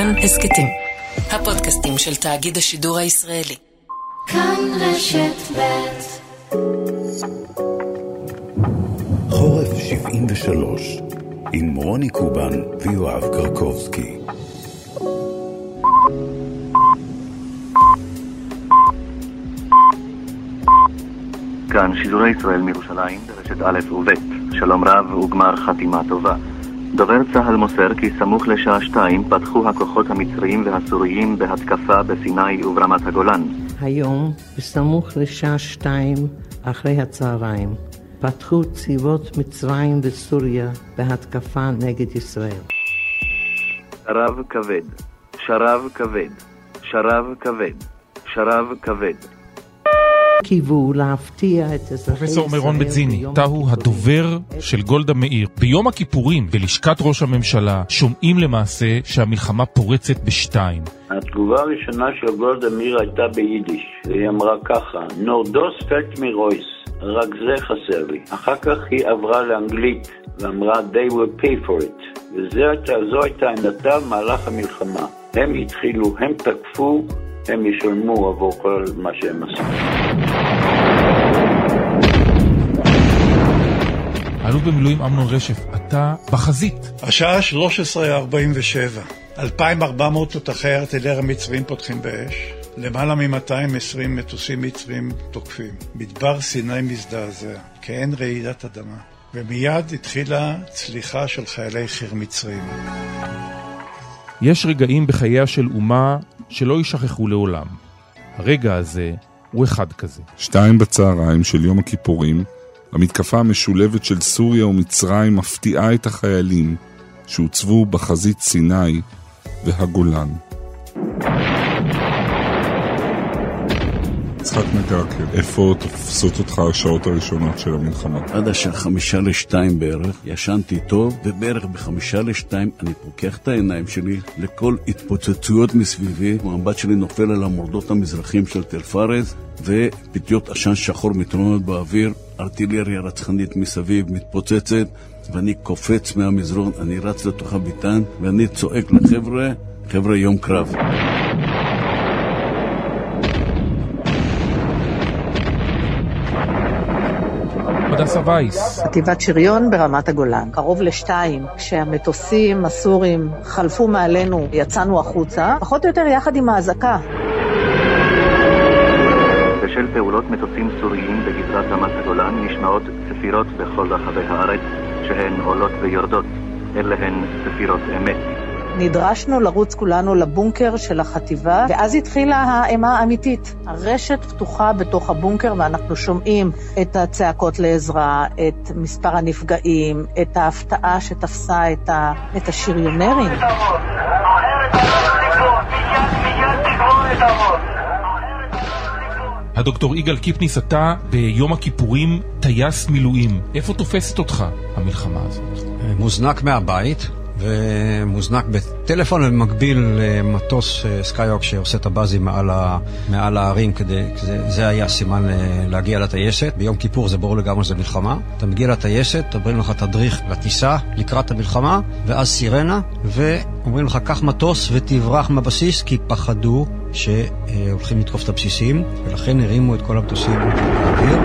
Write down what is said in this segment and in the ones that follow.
כאן הסקטים, הפודקאסטים של תאגיד השידור הישראלי. כאן רשת ב'. חורף 73 עם רוני קובן ויואב קרקובסקי. כאן שידורי ישראל מירושלים ברשת א' וב'. שלום רב וגמר חתימה טובה. דובר צהל מוסר כי סמוך לשעה 2 פתחו הכוחות המצריים והסוריים בהתקפה בסיני וברמת הגולן. היום, בסמוך לשעה 2 אחרי הצהריים, פתחו צבאות מצרים וסוריה בהתקפה נגד ישראל. שרב כבד, שרב כבד, שרב כבד, שרב כבד. קיוו להפתיע את אזרחי ישראל. פרופסור מירון בנזיני, תהו הדובר של גולדה מאיר. ביום הכיפורים בלשכת ראש הממשלה שומעים למעשה שהמלחמה פורצת בשתיים. התגובה הראשונה של גולדה מאיר הייתה ביידיש. היא אמרה ככה, נורדוס פלט מירויס, רק זה חסר לי. אחר כך היא עברה לאנגלית ואמרה, they will pay for it. וזו הייתה עמדתה במהלך המלחמה. הם התחילו, הם תקפו, הם ישלמו עבור כל מה שהם עשו. אלוף במילואים אמנון רשף, אתה בחזית. השעה 13:47. 2,400 תותחי ארטילריה מצריים פותחים באש. למעלה מ-220 מטוסים מצריים תוקפים. מדבר סיני מזדעזע, כאין רעידת אדמה. ומיד התחילה צליחה של חיילי חי"ר מצריים. יש רגעים בחייה של אומה שלא יישכחו לעולם. הרגע הזה הוא אחד כזה. 2 בצהריים של יום הכיפורים, המתקפה המשולבת של סוריה ומצרים מפתיעה את החיילים שהוצבו בחזית סיני והגולן. יצחק מקרקר, איפה תופסות אותך השעות הראשונות של המלחמה? עד השעה 1:55 בערך, ישנתי טוב, ובערך ב1:55 אני פוקח את העיניים שלי לכל התפוצצויות מסביבי, המבט שלי נופל על המורדות המזרחים של תל פארז, ופתיות עשן שחור מתרוממות באוויר, ארטילריה רצחנית מסביב מתפוצצת, ואני קופץ מהמזרון, אני רץ לתוך הביתן, ואני צועק לחבר'ה, חבר'ה יום קרב. הדסה וייס. חטיבת שריון ברמת הגולן. קרוב ל2, כשהמטוסים הסורים חלפו מעלינו, יצאנו החוצה, פחות או יותר יחד עם האזעקה. בשל פעולות מטוסים סוריים בגזרת רמת הגולן נשמעות ספירות בכל רחבי הארץ, שהן עולות ויורדות. אלה הן ספירות אמת. נדרשנו לרוץ כולנו לבונקר של החטיבה, ואז התחילה האימה האמיתית. הרשת פתוחה בתוך הבונקר, ואנחנו שומעים את הצעקות לעזרה, את מספר הנפגעים, את ההפתעה שתפסה את השריונרים. הדוקטור יגאל קיפניס, אתה ביום הכיפורים טייס מילואים. איפה תופסת אותך המלחמה הזאת? מוזנק מהבית. ומוזנק בטלפון במקביל למטוס סקייהוק שעושה את הבאזים מעל הערים, זה היה סימן להגיע לטייסת. ביום כיפור זה ברור לגמרי שזה מלחמה. אתה מגיע לטייסת, אומרים לך תדריך לטיסה לקראת המלחמה, ואז סירנה, ואומרים לך קח מטוס ותברח מהבסיס, כי פחדו שהולכים לתקוף את הבסיסים, ולכן הרימו את כל המטוסים באוויר.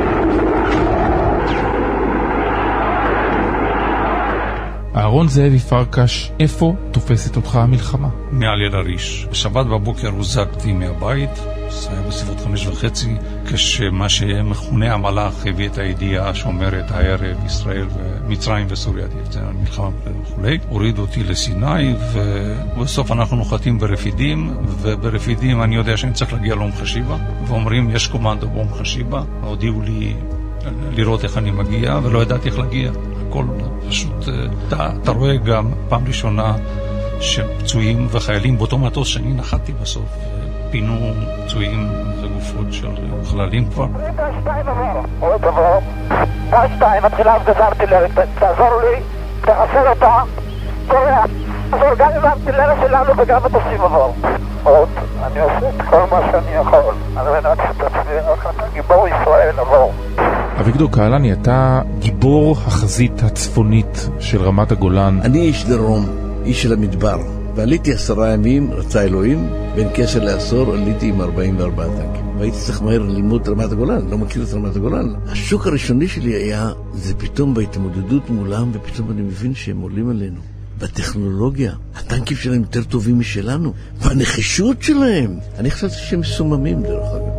אהרון זאבי פרקש, איפה תופסת אותך המלחמה? מעל אל הריש. בשבת בבוקר הוזקתי מהבית, זה היה בסביבות 5:30, כשמה שמכונה המלאך הביא את הידיעה שאומרת הערב ישראל ומצרים וסוריה תהיה מלחמה וכו'. הורידו אותי לסיני, ובסוף אנחנו נוחתים ברפידים, וברפידים אני יודע שאני צריך להגיע לאום חשיבה, ואומרים יש קומנדו באום חשיבה, הודיעו לי לראות איך אני מגיע, ולא ידעתי איך להגיע. הכל פשוט, אתה רואה גם פעם ראשונה שפצועים וחיילים באותו מטוס שאני נחתי בסוף, פינו פצועים וגופות של חללים כבר. שתיים, מתחילה הפגזה ארטילרית, תעזור לי, תחסר אותה, קורא, תעזור גם עם הארטילריה שלנו וגם מטוסים עבור. עוד, אני עושה את כל מה שאני יכול, על מנת שתצליח, גיבור ישראל עבור. אביגדור קהלני, אתה גיבור החזית הצפונית של רמת הגולן. אני איש דרום, איש של המדבר. ועליתי 10 ימים, רצה אלוהים, בין כסר לעשור עליתי עם 44 טנקים. והייתי צריך מהר ללמוד רמת הגולן, לא מכיר את רמת הגולן. השוק הראשוני שלי היה, זה פתאום בהתמודדות מולם, ופתאום אני מבין שהם עולים עלינו. בטכנולוגיה, הטנקים שלהם יותר טובים משלנו, והנחישות שלהם. אני חשבתי שהם מסוממים דרך אגב.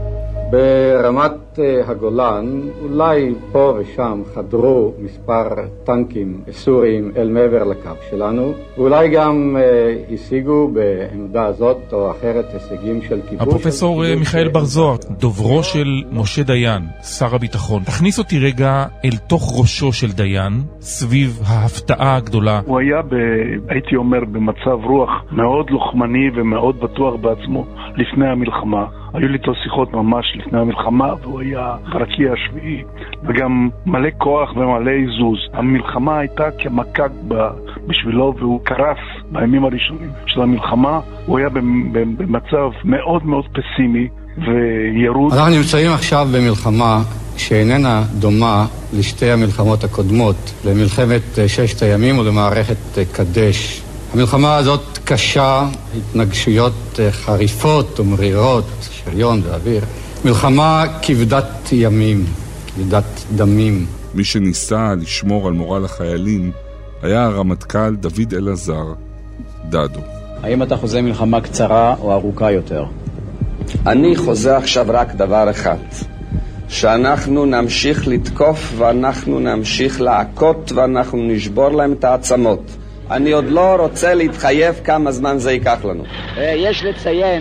ברמת הגולן, אולי פה ושם חדרו מספר טנקים סוריים אל מעבר לקו שלנו, ואולי גם השיגו בעמדה הזאת או אחרת הישגים של כיבוש. הפרופסור מיכאל בר זוהר, דוברו של משה דיין, שר הביטחון. תכניס אותי רגע אל תוך ראשו של דיין, סביב ההפתעה הגדולה. הוא היה, הייתי אומר, במצב רוח מאוד לוחמני ומאוד בטוח בעצמו לפני המלחמה. היו לי איתו שיחות ממש לפני המלחמה, והוא היה ברקיע השביעי, וגם מלא כוח ומלא עיזוז. המלחמה הייתה כמכה בשבילו, והוא קרס בימים הראשונים של המלחמה. הוא היה במצב מאוד מאוד פסימי וירוד. אנחנו נמצאים עכשיו במלחמה שאיננה דומה לשתי המלחמות הקודמות, למלחמת ששת הימים ולמערכת קדש. המלחמה הזאת קשה, התנגשויות חריפות ומרירות, שריון ואוויר. מלחמה כבדת ימים, כבדת דמים. מי שניסה לשמור על מורל החיילים היה הרמטכ"ל דוד אלעזר, דדו. האם אתה חוזה מלחמה קצרה או ארוכה יותר? אני חוזה עכשיו רק דבר אחד, שאנחנו נמשיך לתקוף ואנחנו נמשיך לעקות ואנחנו נשבור להם את העצמות. אני עוד לא רוצה להתחייב כמה זמן זה ייקח לנו. יש לציין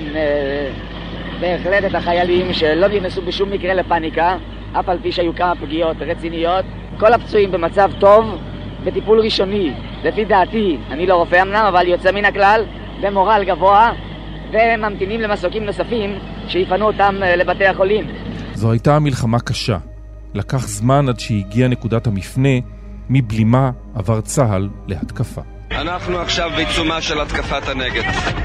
בהחלט את החיילים שלא נכנסו בשום מקרה לפניקה, אף על פי שהיו כמה פגיעות רציניות. כל הפצועים במצב טוב, בטיפול ראשוני, לפי דעתי, אני לא רופא אמנם, אבל יוצא מן הכלל, במורל גבוה, וממתינים למסוקים נוספים שיפנו אותם לבתי החולים. זו הייתה מלחמה קשה. לקח זמן עד שהגיעה נקודת המפנה, מבלימה עבר צהל להתקפה. אנחנו עכשיו בעיצומה של התקפת הנגד.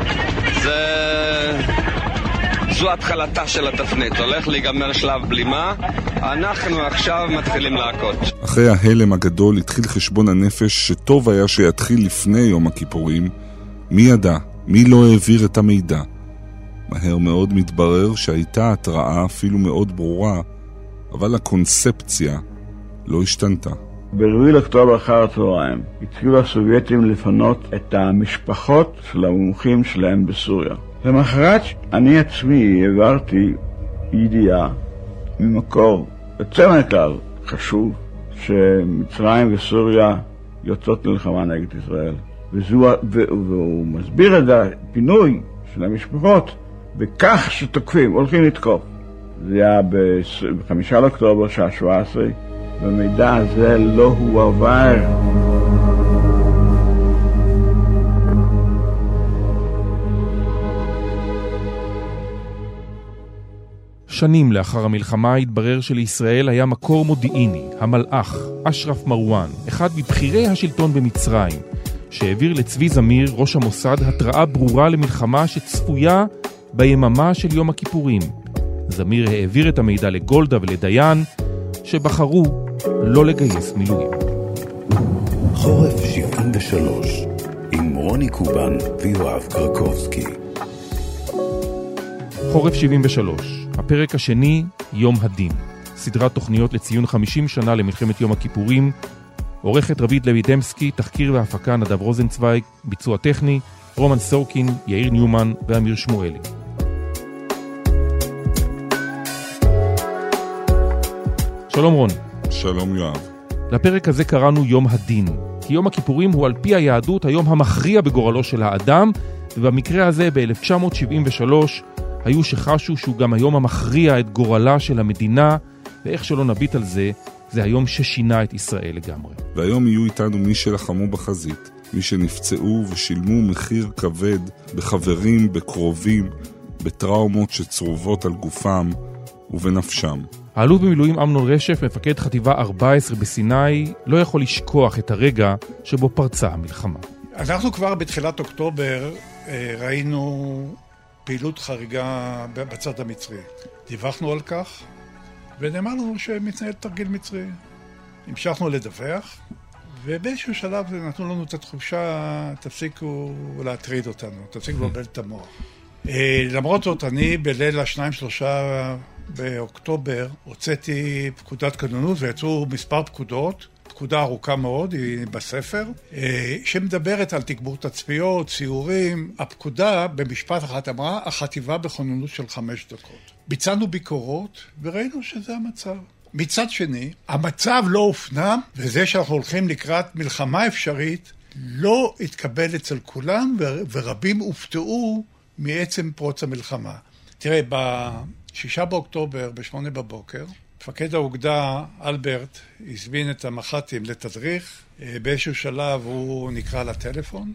זו התחלתה של התפנית. הולך להיגמר שלב בלימה, אנחנו עכשיו מתחילים להכות. אחרי ההלם הגדול התחיל חשבון הנפש שטוב היה שיתחיל לפני יום הכיפורים. מי ידע? מי לא העביר את המידע? מהר מאוד מתברר שהייתה התראה אפילו מאוד ברורה, אבל הקונספציה לא השתנתה. ב-4 לאוקטובר אחר הצהריים התחילו הסובייטים לפנות את המשפחות של המומחים שלהם בסוריה. למחרת אני עצמי העברתי ידיעה ממקור יוצא מהכלל חשוב שמצרים וסוריה יוצאות למלחמה נגד ישראל. והוא מסביר את הפינוי של המשפחות בכך שתוקפים, הולכים לתקוף. זה היה ב-5 לאוקטובר שעה 17, והמידע הזה לא הועבר. שנים לאחר המלחמה התברר שלישראל היה מקור מודיעיני, המלאך, אשרף מרואן, אחד מבחירי השלטון במצרים, שהעביר לצבי זמיר, ראש המוסד, התראה ברורה למלחמה שצפויה ביממה של יום הכיפורים. זמיר העביר את המידע לגולדה ולדיין, שבחרו לא לגייס מילואים. חורף 73 עם רוני קובן ויואב קרקובסקי. חורף 73, הפרק השני, יום הדין. סדרת תוכניות לציון 50 שנה למלחמת יום הכיפורים. עורכת רבית לוי דמסקי, תחקיר והפקה נדב רוזנצוויג, ביצוע טכני, רומן סורקין, יאיר ניומן ואמיר שמואלי. שלום רון. שלום יואב. לפרק הזה קראנו יום הדין, כי יום הכיפורים הוא על פי היהדות היום המכריע בגורלו של האדם, ובמקרה הזה ב-1973 היו שחשו שהוא גם היום המכריע את גורלה של המדינה, ואיך שלא נביט על זה, זה היום ששינה את ישראל לגמרי. והיום יהיו איתנו מי שלחמו בחזית, מי שנפצעו ושילמו מחיר כבד בחברים, בקרובים, בטראומות שצרובות על גופם ובנפשם. האלוף במילואים אמנון רשף, מפקד חטיבה 14 בסיני, לא יכול לשכוח את הרגע שבו פרצה המלחמה. אנחנו כבר בתחילת אוקטובר ראינו פעילות חריגה בצד המצרי. דיווחנו על כך, ונאמר לנו שמתנהל תרגיל מצרי. המשכנו לדווח, ובאיזשהו שלב נתנו לנו את התחושה, תפסיקו להטריד אותנו, תפסיקו לבלבל את המוח. למרות זאת, אני בליל ה-2-3 באוקטובר הוצאתי פקודת כוננות ויצאו מספר פקודות, פקודה ארוכה מאוד, היא בספר, שמדברת על תגבור תצפיות, ציורים. הפקודה במשפט אחת אמרה, החטיבה בכוננות של 5 דקות. ביצענו ביקורות וראינו שזה המצב. מצד שני, המצב לא הופנם, וזה שאנחנו הולכים לקראת מלחמה אפשרית, לא התקבל אצל כולם, ורבים הופתעו מעצם פרוץ המלחמה. תראה, ב-6 באוקטובר, ב-8 בבוקר, מפקד האוגדה, אלברט, הזמין את המח"טים לתדריך. באיזשהו שלב הוא נקרא לטלפון,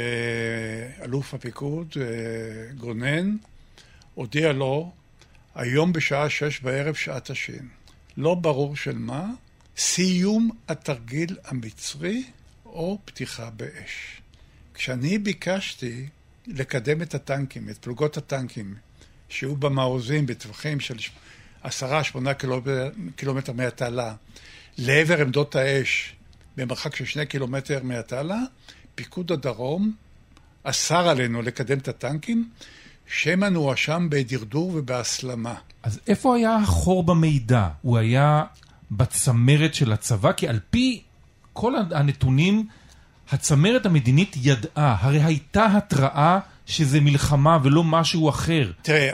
ואלוף הפיקוד, גונן, הודיע לו, היום בשעה 6 בערב שעת השין. לא ברור של מה, סיום התרגיל המצרי או פתיחה באש. כשאני ביקשתי לקדם את הטנקים, את פלוגות הטנקים, שהיו במעוזים בטווחים של 10-8 קילומטר מהתעלה, לעבר עמדות האש, במרחק של 2 קילומטר מהתעלה, פיקוד הדרום אסר עלינו לקדם את הטנקים, שמן הוא אשם בדרדור ובהסלמה. אז איפה היה החור במידע? הוא היה בצמרת של הצבא? כי על פי כל הנתונים, הצמרת המדינית ידעה, הרי הייתה התראה שזה מלחמה ולא משהו אחר. תראה,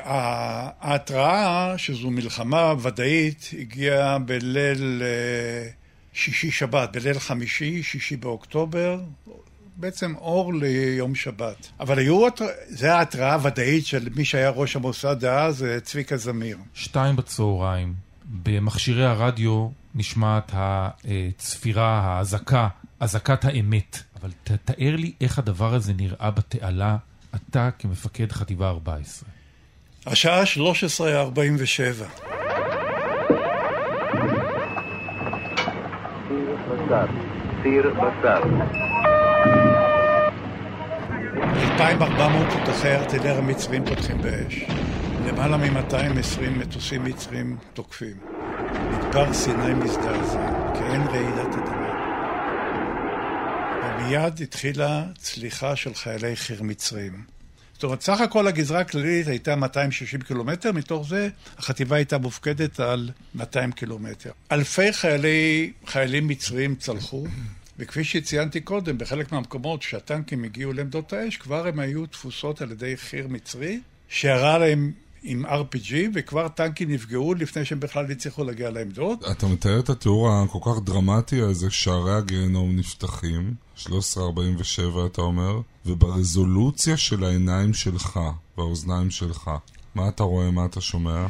ההתראה שזו מלחמה ודאית הגיעה בליל שישי שבת, בליל חמישי באוקטובר, בעצם אור ליום שבת. אבל זה ההתראה הוודאית של מי שהיה ראש המוסד דאז, צביקה זמיר. 2 בצהריים, במכשירי הרדיו נשמעת הצפירה, האזעקה, אזעקת האמת. אבל תתאר לי איך הדבר הזה נראה בתעלה, אתה כמפקד חטיבה 14. השעה 13:47. ציר בשר. 2,400 תותחי ארטילריה המצרים פותחים באש. למעלה מ-220 מטוסים מצרים תוקפים. מדבר סיני מזדעזע, כאין רעידת אדמה. ומיד התחילה צליחה של חיילי חי"ר מצרים. זאת אומרת, סך הכל הגזרה הכללית הייתה 260 קילומטר, מתוך זה החטיבה הייתה מופקדת על 200 קילומטר. אלפי חיילים מצרים צלחו, וכפי שציינתי קודם, בחלק מהמקומות שהטנקים הגיעו לעמדות האש, כבר הם היו תפוסות על ידי חי"ר מצרי, שירה להם עם RPG, וכבר טנקים נפגעו לפני שהם בכלל הצליחו להגיע לעמדות. אתה מתאר את התיאור הכל כך דרמטי הזה, שערי הגיהנום נפתחים, 13:47 אתה אומר, וברזולוציה של העיניים שלך והאוזניים שלך, מה אתה רואה, מה אתה שומע?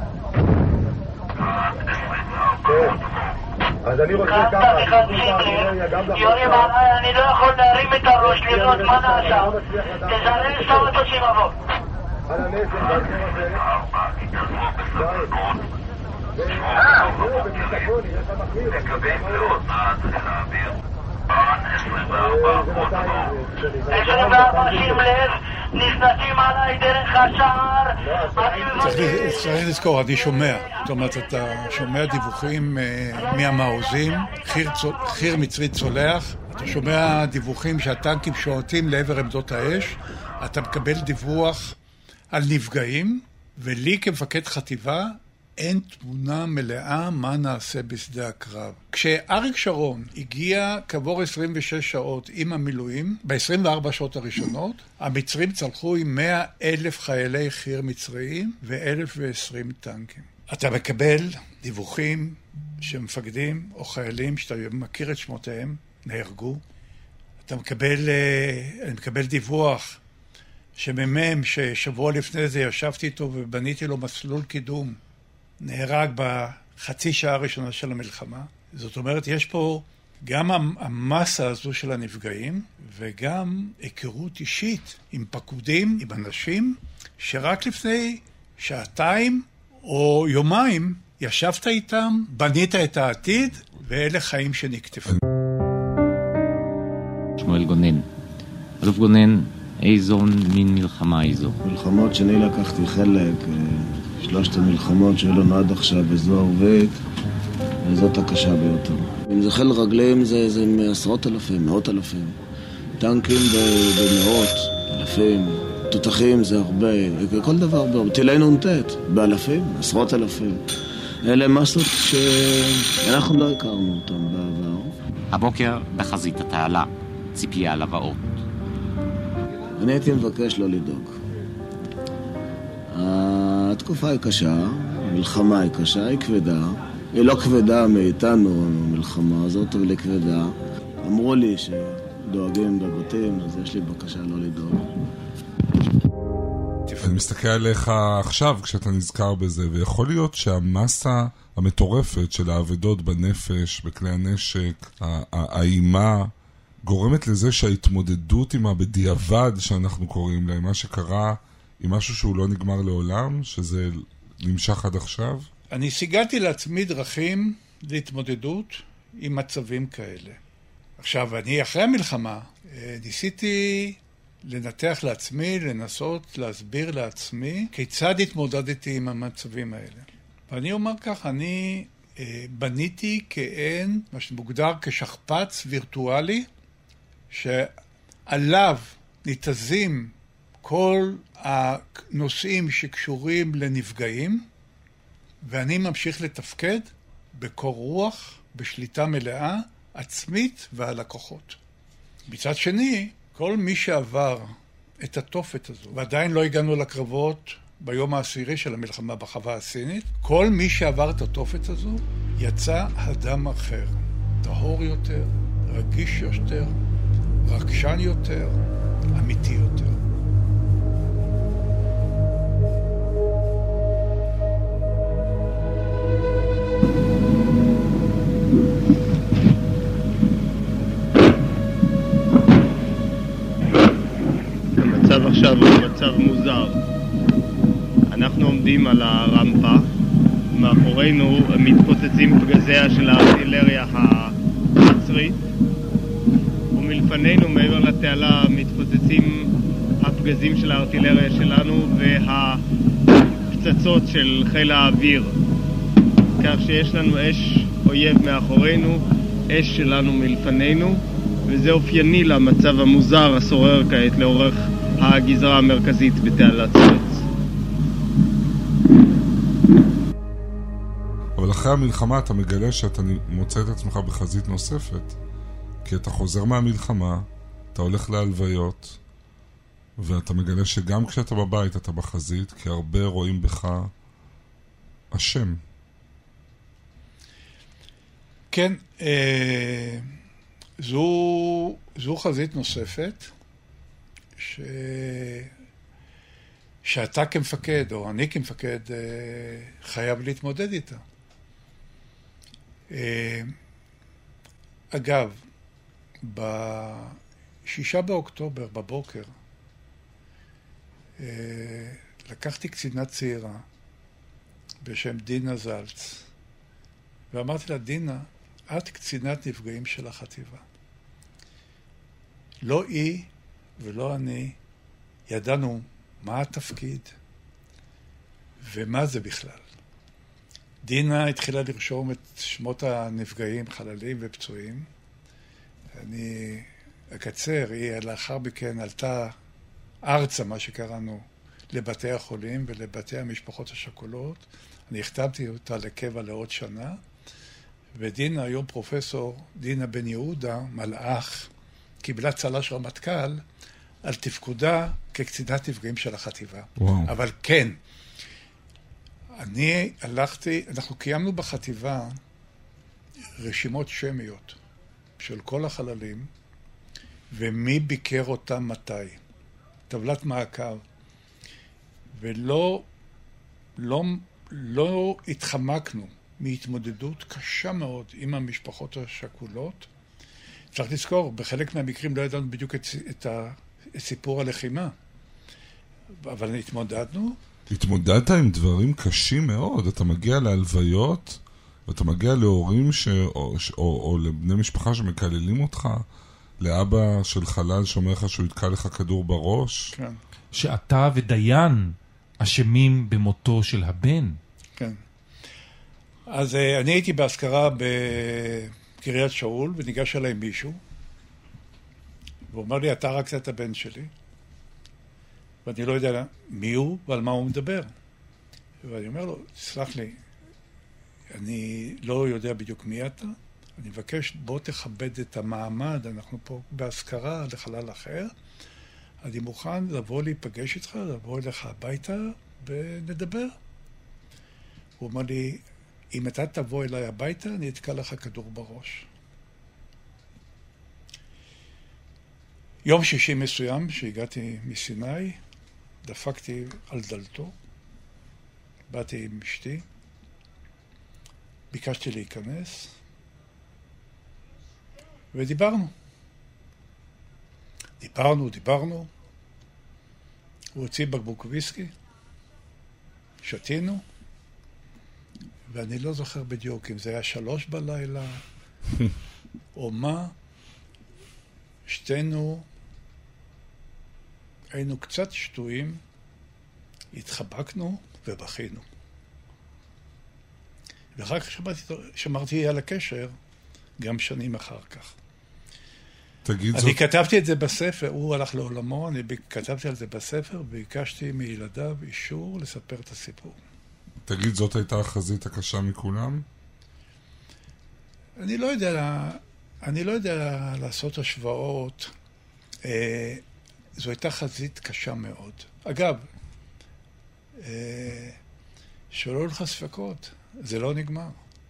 אז אני רוצה ככה, יורי מעלה, אני לא יכול להרים את הראש לראות מה נעשה. תזרן סתם מטוסים עבור. על הנזק, באזור הזה. שים לב, נכנסים עליי דרך השער. צריך לזכור, אני שומע. זאת אומרת, אתה שומע דיווחים מהמעוזים, חי"ר מצרי צולח, אתה שומע דיווחים שהטנקים שועטים לעבר עמדות האש, אתה מקבל דיווח על נפגעים, ולי כמפקד חטיבה אין תמונה מלאה מה נעשה בשדה הקרב. כשאריק שרון הגיע כעבור 26 שעות עם המילואים, ב-24 שעות הראשונות, המצרים צלחו עם 100,000 חיילי חי"ר מצריים ו1,020 טנקים. אתה מקבל דיווחים שמפקדים או חיילים שאתה מכיר את שמותיהם, נהרגו. אתה מקבל דיווח שמ"מ ששבוע לפני זה ישבתי איתו ובניתי לו מסלול קידום, נהרג בחצי שעה הראשונה של המלחמה. זאת אומרת, יש פה גם המסה הזו של הנפגעים, וגם היכרות אישית עם פקודים, עם אנשים, שרק לפני שעתיים או יומיים ישבת איתם, בנית את העתיד, ואלה חיים שנקטפו. שמואל גונן. אלוף גונן, איזו מין מלחמה איזו? מלחמות שאני לקחתי חלק, 3 המלחמות שהיו לנו עד עכשיו באזור בית, זאת הקשה ביותר. אם זה חיל רגלים זה עשרות אלפים, מאות אלפים. טנקים במאות אלפים. תותחים זה הרבה, כל דבר הרבה. טילי נ"ט באלפים, עשרות אלפים. אלה מסות שאנחנו לא הכרנו אותם בעבר. הבוקר בחזית התעלה, ציפייה לבאות. אני הייתי מבקש לא לדאוג. התקופה היא קשה, המלחמה היא קשה, היא כבדה. היא לא כבדה מאיתנו, המלחמה הזאת, אבל היא כבדה. אמרו לי שדואגים בבתים, אז יש לי בקשה לא לדאוג. אני מסתכל עליך עכשיו כשאתה נזכר בזה, ויכול להיות שהמסה המטורפת של העבדות בנפש, בכלי הנשק, האימה, גורמת לזה שההתמודדות עם הבדיעבד שאנחנו קוראים לה, מה שקרה, עם משהו שהוא לא נגמר לעולם, שזה נמשך עד עכשיו? אני סיגלתי לעצמי דרכים להתמודדות עם מצבים כאלה. עכשיו, אני אחרי המלחמה ניסיתי לנתח לעצמי, לנסות להסביר לעצמי כיצד התמודדתי עם המצבים האלה. ואני אומר כך, אני בניתי כאין, מה שמוגדר כשכפ"ץ וירטואלי, שעליו ניתזים כל הנושאים שקשורים לנפגעים, ואני ממשיך לתפקד בקור רוח, בשליטה מלאה, עצמית ועל הכוחות. מצד שני, כל מי שעבר את התופת הזו, ועדיין לא הגענו לקרבות ביום העשירי של המלחמה בחווה הסינית, כל מי שעבר את התופת הזו יצא אדם אחר, טהור יותר, רגיש יותר, רגשן יותר, אמיתי יותר. המצב עכשיו הוא מצב מוזר. אנחנו עומדים על הרמפה, מאחורינו מתפוצצים פגזיה של הארטילריה המצרית, ומלפנינו מעבר לתעלה מתפוצצים הפגזים של הארטילריה שלנו והפצצות של חיל האוויר, כך שיש לנו אש אויב מאחורינו, אש שלנו מלפנינו, וזה אופייני למצב המוזר השורר כעת לאורך הגזרה המרכזית בתעלת סואץ. אבל אחרי המלחמה אתה מגלה שאתה מוצא את עצמך בחזית נוספת, כי אתה חוזר מהמלחמה, אתה הולך להלוויות, ואתה מגלה שגם כשאתה בבית אתה בחזית, כי הרבה רואים בך השם. כן, זו חזית נוספת, שאתה כמפקד, או אני כמפקד, חייב להתמודד איתה. אגב, ב6 באוקטובר בבוקר, לקחתי קצינה צעירה בשם דינה זלץ, ואמרתי לה, דינה, את קצינת נפגעים של החטיבה. לא היא ולא אני ידענו מה התפקיד ומה זה בכלל. דינה התחילה לרשום את שמות הנפגעים, חללים ופצועים. אני אקצר, היא לאחר מכן עלתה ארצה, מה שקראנו, לבתי החולים ולבתי המשפחות השכולות. אני הכתבתי אותה לקבע לעוד שנה, ודינה, היום פרופסור דינה בן יהודה, מלאך, קיבלה צל"ש רמטכ"ל על תפקודה כקצינת נפגעים של החטיבה. וואו. אבל כן, אני הלכתי, אנחנו קיימנו בחטיבה רשימות שמיות של כל החללים, ומי ביקר אותם מתי. טבלת מעקב. ולא לא התחמקנו מהתמודדות קשה מאוד עם המשפחות השכולות. צריך לזכור, בחלק מהמקרים לא ידענו בדיוק את סיפור הלחימה, אבל התמודדנו. התמודדת עם דברים קשים מאוד. אתה מגיע להלוויות, ואתה מגיע להורים או לבני משפחה שמקללים אותך, לאבא של חלל שאומר לך שהוא יתקע לך כדור בראש. כן. שאתה ודיין אשמים במותו של הבן. כן. אז אני הייתי בהזכרה בקריית שאול, וניגש אליי מישהו, והוא אומר לי, אתה הרגת את הבן שלי, ואני לא יודע מי הוא ועל מה הוא מדבר. ואני אומר לו, תסלח לי, אני לא יודע בדיוק מי אתה, אני מבקש, בוא תכבד את המעמד, אנחנו פה בהזכרה לחלל אחר, אני מוכן לבוא להיפגש איתך, לבוא אליך הביתה ונדבר. הוא אומר לי, אם אתה תבוא אליי הביתה, אני אתקע לך כדור בראש. יום שישי מסוים, שהגעתי מסיני, דפקתי על דלתו, באתי עם אשתי, ביקשתי להיכנס, ודיברנו. דיברנו. הוא הוציא בקבוק ויסקי, שתינו, ואני לא זוכר בדיוק אם זה היה 3 בלילה, או מה. שתינו היינו קצת שטויים, התחבקנו ובכינו. ואחר כך שמרתי על הקשר גם שנים אחר כך. אני כתבתי את זה בספר, הוא הלך לעולמו, אני כתבתי על זה בספר, וביקשתי מילדיו אישור לספר את הסיפור. תגיד, זאת הייתה החזית הקשה מכולם? אני לא יודע לעשות השוואות. זו הייתה חזית קשה מאוד. אגב, שלא לך ספקות, זה לא נגמר.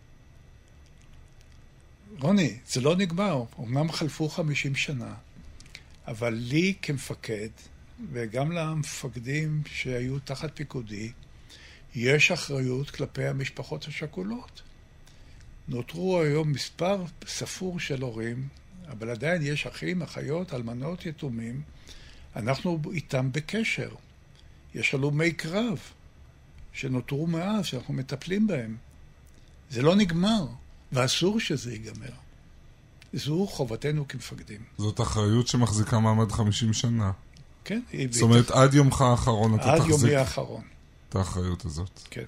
רוני, זה לא נגמר. אמנם חלפו 50 שנה, אבל לי כמפקד, וגם למפקדים שהיו תחת פיקודי, יש אחריות כלפי המשפחות השכולות. נותרו היום מספר ספור של הורים, אבל עדיין יש אחים, אחיות, אלמנות, יתומים. אנחנו איתם בקשר. יש הלומי קרב שנותרו מאז, שאנחנו מטפלים בהם. זה לא נגמר, ואסור שזה ייגמר. זו חובתנו כמפקדים. זאת אחריות שמחזיקה מעמד 50 שנה. כן. זאת אומרת, עד יומך האחרון אתה תחזיק. עד יומי האחרון. את האחריות הזאת. כן.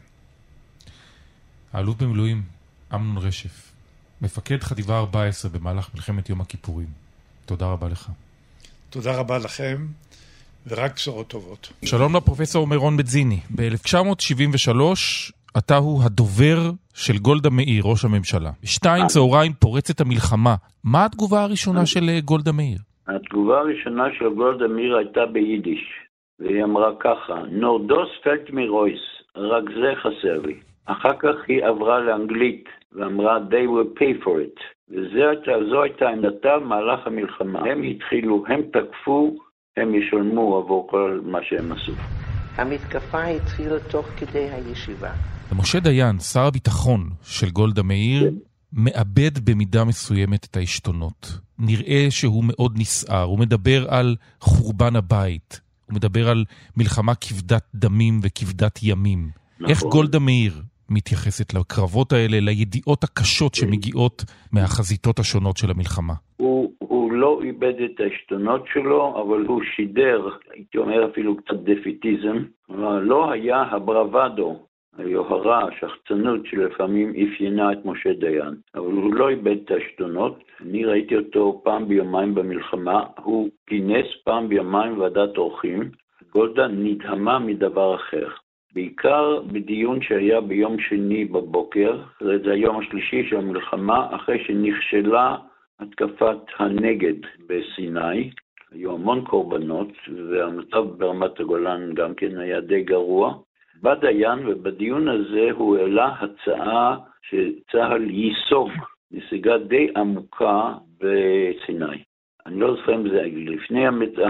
האלוף במילואים, אמנון רשף, מפקד חטיבה 14 במהלך מלחמת יום הכיפורים. תודה רבה לך. תודה רבה לכם, ורק בשורות טובות. שלום לפרופסור מירון בטזיני. ב-1973 אתה הוא הדובר של גולדה מאיר, ראש הממשלה. ב-14:00 פורצת המלחמה. מה התגובה הראשונה של גולדה מאיר? התגובה הראשונה של גולדה מאיר הייתה ביידיש, והיא אמרה ככה, נורדוס פלט מרויס, רק זה חסר לי. אחר כך היא עברה לאנגלית ואמרה they will pay for it, וזו הייתה עמדתה במהלך המלחמה. הם התחילו, הם תקפו, הם ישלמו עבור כל מה שהם עשו. המתקפה התחילה תוך כדי הישיבה. משה דיין, שר הביטחון של גולדה מאיר, מאבד במידה מסוימת את העשתונות. נראה שהוא מאוד נסער, הוא מדבר על חורבן הבית, הוא מדבר על מלחמה כבדת דמים וכבדת ימים. נכון. איך גולדה מאיר מתייחסת לקרבות האלה, לידיעות הקשות שמגיעות מהחזיתות השונות של המלחמה? הוא לא איבד את העשתונות שלו, אבל הוא שידר, הייתי אומר אפילו קצת דפיטיזם, לא היה הברבדו, היוהרה, השחצנות שלפעמים אפיינה את משה דיין, אבל הוא לא איבד את העשתונות. אני ראיתי אותו פעם ביומיים במלחמה, הוא כינס פעם ביומיים ועדת אורחים, גולדה נדהמה מדבר אחר. בעיקר בדיון שהיה ביום שני בבוקר, זה היום השלישי של המלחמה, אחרי שנכשלה התקפת הנגד בסיני, היו המון קורבנות, והמצב ברמת הגולן גם כן היה די גרוע. בא דיין, ובדיון הזה הוא העלה הצעה שצהל ייסוג נסיגה די עמוקה בסיני. אני לא זוכר אם זה לפני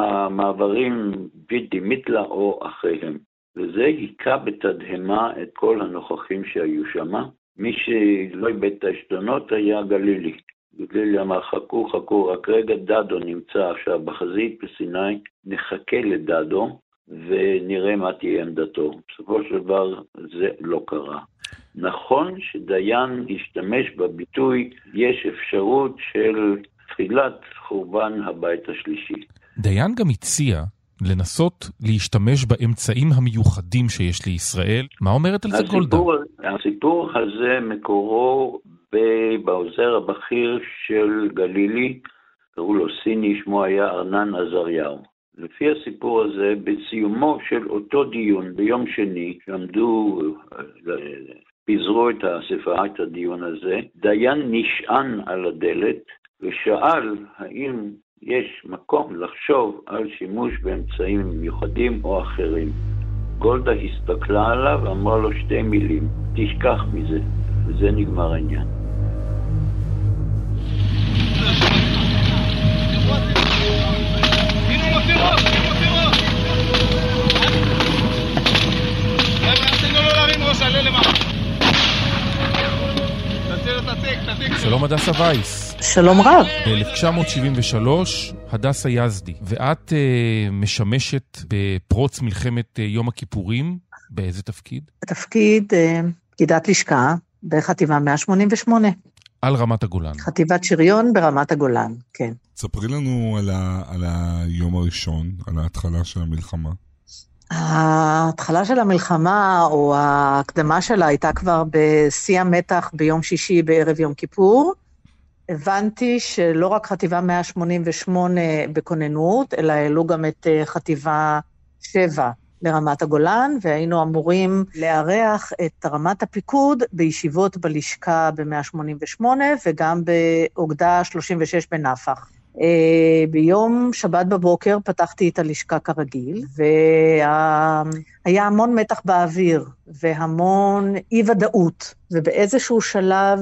המעברים בדימיטלה או אחריהם. וזה היכה בתדהמה את כל הנוכחים שהיו שם. מי שלא איבד את העשתונות היה גלילי. גלילי אמר, חכו, רק רגע, דדו נמצא עכשיו בחזית בסיני, נחכה לדדו ונראה מה תהיה עמדתו. בסופו של דבר זה לא קרה. נכון שדיין השתמש בביטוי, יש אפשרות של תחילת חורבן הבית השלישי. דיין גם הציע לנסות להשתמש באמצעים המיוחדים שיש לישראל. מה אומרת על זה גולדה? הסיפור הזה מקורו בעוזר הבכיר של גלילי, קראו לו סיני, שמו היה ארנן עזריהו. לפי הסיפור הזה, בסיומו של אותו דיון ביום שני, שעמדו, פיזרו את האספה, את הדיון הזה, דיין נשען על הדלת ושאל האם יש מקום לחשוב על שימוש באמצעים מיוחדים או אחרים. גולדה הסתכלה עליו ואמרה לו שתי מילים, תשכח מזה, וזה נגמר העניין. שלום הדסה וייס. שלום רב. ב-1973 הדסה יזדי, ואת משמשת בפרוץ מלחמת יום הכיפורים, באיזה תפקיד? בתפקיד פקידת לשכה בחטיבה 188. על רמת הגולן. חטיבת שריון ברמת הגולן, כן. ספרי לנו על היום הראשון, על ההתחלה של המלחמה. ההתחלה של המלחמה, או ההקדמה שלה, הייתה כבר בשיא המתח ביום שישי בערב יום כיפור. הבנתי שלא רק חטיבה 188 בכוננות, אלא העלו גם את חטיבה 7 לרמת הגולן, והיינו אמורים לארח את רמת הפיקוד בישיבות בלשכה ב-188, וגם באוגדה 36 בנפח. ביום שבת בבוקר פתחתי את הלשכה כרגיל, והיה המון מתח באוויר, והמון אי-ודאות, ובאיזשהו שלב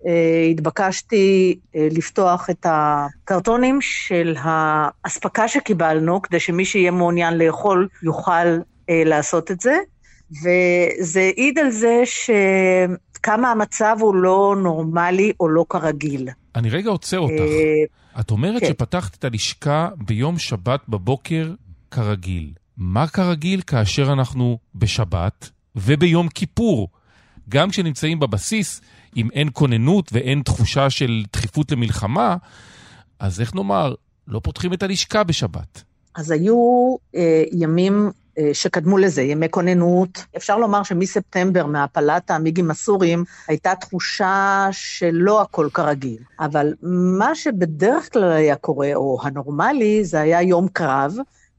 התבקשתי לפתוח את הקרטונים של האספקה שקיבלנו, כדי שמי שיהיה מעוניין לאכול יוכל לעשות את זה, וזה עיד על זה שכמה המצב הוא לא נורמלי או לא כרגיל. אני רגע עוצר אותך. את אומרת שפתחת את הלשכה ביום שבת בבוקר כרגיל. מה כרגיל כאשר אנחנו בשבת וביום כיפור? גם כשנמצאים בבסיס, אם אין כוננות ואין תחושה של דחיפות למלחמה, אז איך נאמר, לא פותחים את הלשכה בשבת. אז היו ימים שקדמו לזה, ימי כוננות. אפשר לומר שמספטמבר, מהפלת המיגים הסורים, הייתה תחושה שלא הכל כרגיל. אבל מה שבדרך כלל היה קורה, או הנורמלי, זה היה יום קרב,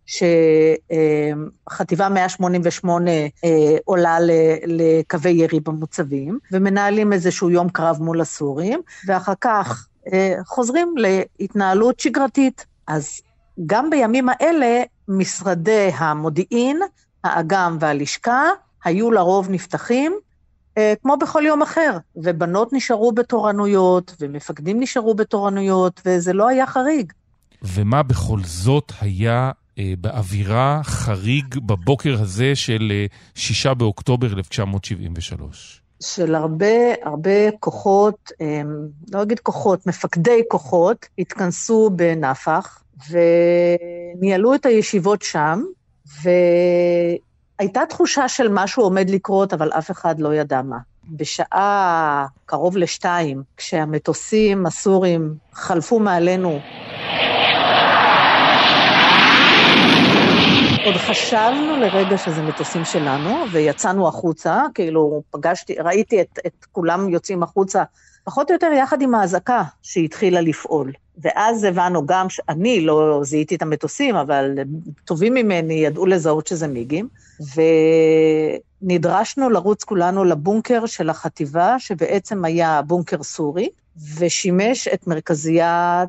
שחטיבה 188 עולה לקווי ירי במוצבים, ומנהלים איזשהו יום קרב מול הסורים, ואחר כך חוזרים להתנהלות שגרתית. אז גם בימים האלה, משרדי המודיעין, האגם והלשכה, היו לרוב נפתחים, כמו בכל יום אחר, ובנות נשארו בתורנויות, ומפקדים נשארו בתורנויות, וזה לא היה חריג. ומה בכל זאת היה באווירה חריג בבוקר הזה של 6 באוקטובר 1973? של הרבה כוחות, לא אגיד כוחות, מפקדי כוחות, התכנסו בנפח, וניהלו את הישיבות שם, והייתה תחושה של משהו עומד לקרות, אבל אף אחד לא ידע מה. בשעה קרוב ל2, כשהמטוסים הסורים חלפו מעלינו, עוד חשבנו לרגע שזה מטוסים שלנו, ויצאנו החוצה, כאילו ראיתי את כולם יוצאים החוצה, פחות או יותר יחד עם ההזקה שהתחילה לפעול. ואז הבנו גם שאני לא זיהיתי את המטוסים, אבל טובים ממני ידעו לזהות שזה מיגים, ונדרשנו לרוץ כולנו לבונקר של החטיבה, שבעצם היה בונקר סורי, ושימש את מרכזייה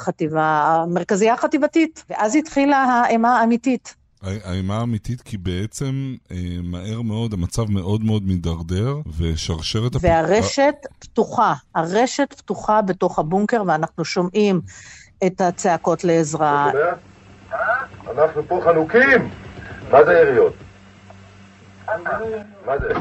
חטיבתית, ואז התחילה האימה האמיתית. האימה האמיתית, כי בעצם מהר מאוד, המצב מאוד מאוד מדרדר, ושרשרת... והרשת פתוחה, הרשת פתוחה בתוך הבונקר, ואנחנו שומעים את הצעקות לעזרה. אנחנו פה חנוקים! מה זה יריות? מה זה?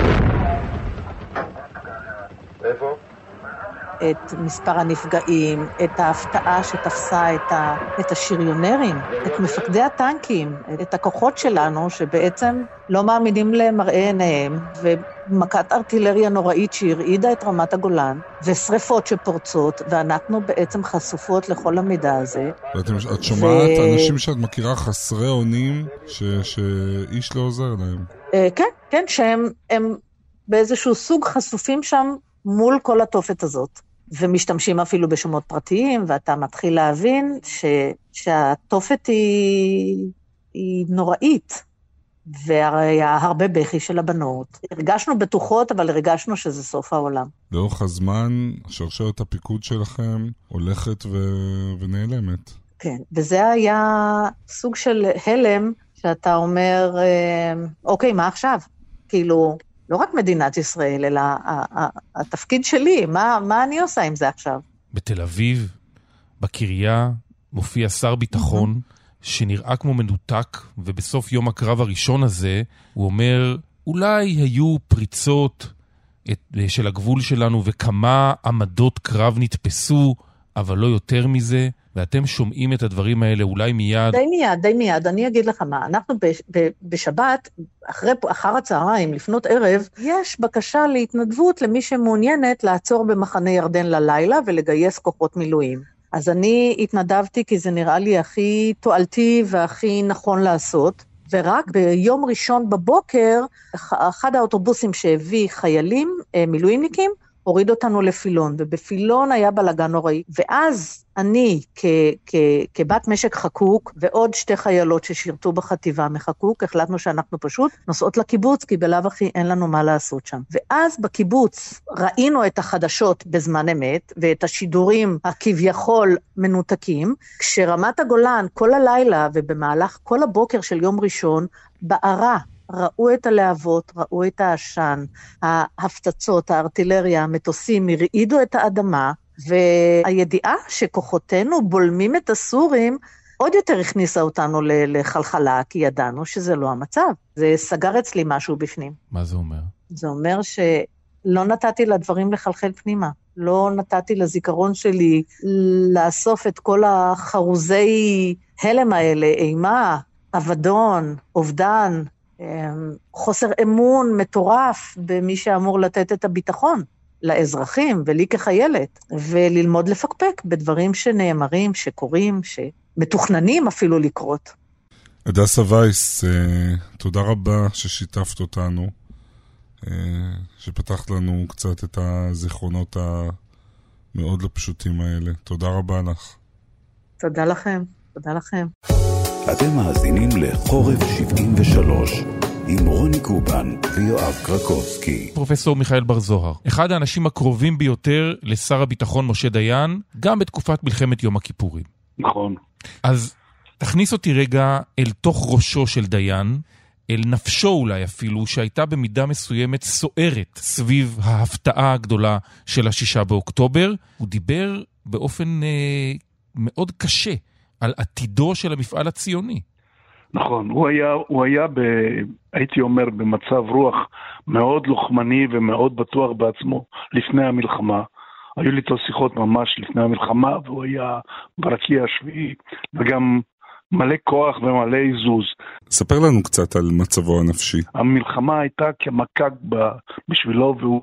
איפה? את מספר הנפגעים, את ההפתעה שתפסה את השריונרים, את מפקדי הטנקים, את הכוחות שלנו שבעצם לא מאמינים למראה עיניהם, מכת ארטילריה נוראית שהרעידה את רמת הגולן, ושריפות שפורצות, ואנחנו בעצם חשופות לכל המידע הזה. את שומעת אנשים שאת מכירה חסרי אונים שאיש לא עוזר להם. כן, שהם באיזשהו סוג חשופים שם מול כל התופת הזאת. ומשתמשים אפילו בשמות פרטיים, ואתה מתחיל להבין שהתופת היא נוראית, והיה הרבה בכי של הבנות. הרגשנו בטוחות, אבל הרגשנו שזה סוף העולם. לאורך הזמן, שרשרת הפיקוד שלכם הולכת ונעלמת. כן, וזה היה סוג של הלם, שאתה אומר, אוקיי, מה עכשיו? כאילו, לא רק מדינת ישראל, אלא התפקיד שלי, מה אני עושה עם זה עכשיו? בתל אביב, בקריה, מופיע שר ביטחון, שנראה כמו מנותק, ובסוף יום הקרב הראשון הזה, הוא אומר, אולי היו פריצות של הגבול שלנו, וכמה עמדות קרב נתפסו, אבל לא יותר מזה, ואתם שומעים את הדברים האלה אולי מיד. די מיד, אני אגיד לך מה, אנחנו בשבת, אחר הצהריים, לפנות ערב, יש בקשה להתנדבות למי שמעוניינת לעצור במחנה ירדן ללילה, ולגייס כוחות מילואים. אז אני התנדבתי כי זה נראה לי הכי תועלתי והכי נכון לעשות, ורק ביום ראשון בבוקר, אחד האוטובוסים שהביא חיילים, מילואימניקים, הוריד אותנו לפילון, ובפילון היה בלגן נוראי. ואז אני, כבת משק חקוק, ועוד 2 חיילות ששירתו בחטיבה מחקוק, החלטנו שאנחנו פשוט נוסעות לקיבוץ, כי בלב אחי אין לנו מה לעשות שם. ואז בקיבוץ ראינו את החדשות בזמן אמת, ואת השידורים הכביכול מנותקים, כשרמת הגולן כל הלילה, ובמהלך כל הבוקר של יום ראשון, בערה, ראו את הלהבות, ראו את העשן, ההפצצות, הארטילריה, המטוסים, הרעידו את האדמה, והידיעה שכוחותינו בולמים את הסורים, עוד יותר הכניסה אותנו לחלחלה, כי ידענו שזה לא המצב. זה סגר אצלי משהו בפנים. מה זה אומר? זה אומר שלא נתתי לדברים לחלחל פנימה. לא נתתי לזיכרון שלי לאסוף את כל החרוזי הלם האלה, אימה, אבדון, אובדן, חוסר אמון מטורף במי שאמור לתת את הביטחון לאזרחים ולי כחיילת, וללמוד לפקפק בדברים שנאמרים, שקורים, שמתוכננים אפילו לקרות. הדסה וייס, תודה רבה ששיתפת אותנו, שפתחת לנו קצת את הזיכרונות המאוד לא פשוטים האלה. תודה רבה לך. תודה לכם, תודה לכם. אתם מאזינים לחורף 73 עם רוני קובן ויואב קרקובסקי. פרופסור מיכאל בר זוהר, אחד האנשים הקרובים ביותר לשר הביטחון משה דיין, גם בתקופת מלחמת יום הכיפורים. נכון. אז תכניס אותי רגע אל תוך ראשו של דיין, אל נפשו אולי אפילו, שהייתה במידה מסוימת סוערת סביב ההפתעה הגדולה של 6 באוקטובר. הוא דיבר באופן מאוד קשה על עתידו של המפעל הציוני. נכון, הוא היה הייתי אומר, במצב רוח מאוד לוחמני ומאוד בטוח בעצמו לפני המלחמה. היו לי איתו שיחות ממש לפני המלחמה, והוא היה ברקיע השביעי, וגם מלא כוח ומלא עיזוז. ספר לנו קצת על מצבו הנפשי. המלחמה הייתה כמכה בשבילו, והוא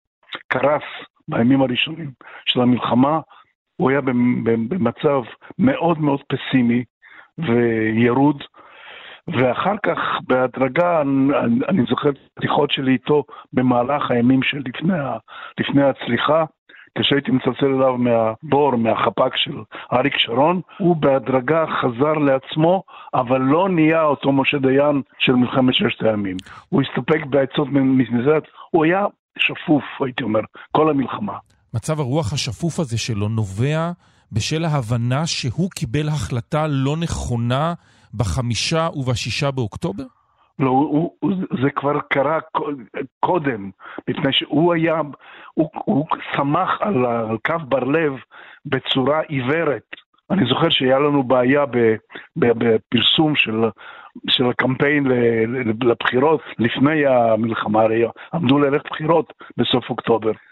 קרס בימים הראשונים של המלחמה. הוא היה במצב מאוד מאוד פסימי וירוד, ואחר כך בהדרגה, אני זוכר את הפתיחות שלי איתו במהלך הימים של לפני הצליחה, כשהייתי מצלצל אליו מהבור, מהחפ"ק של אריק שרון, הוא בהדרגה חזר לעצמו, אבל לא נהיה אותו משה דיין של מלחמת 6 הימים. הוא הסתפק בעצות מזנזת, הוא היה שפוף, הייתי אומר, כל המלחמה. מצב הרוח השפוף הזה שלו נובע בשל ההבנה שהוא קיבל החלטה לא נכונה ב5 וב6 באוקטובר? לא, זה כבר קרה קודם, מפני שהוא היה, הוא שמח על כף בר לב בצורה עיוורת. אני זוכר שהיה לנו בעיה בפרסום של הקמפיין לבחירות לפני המלחמה, הרי עמדו ללכת בחירות בסוף אוקטובר.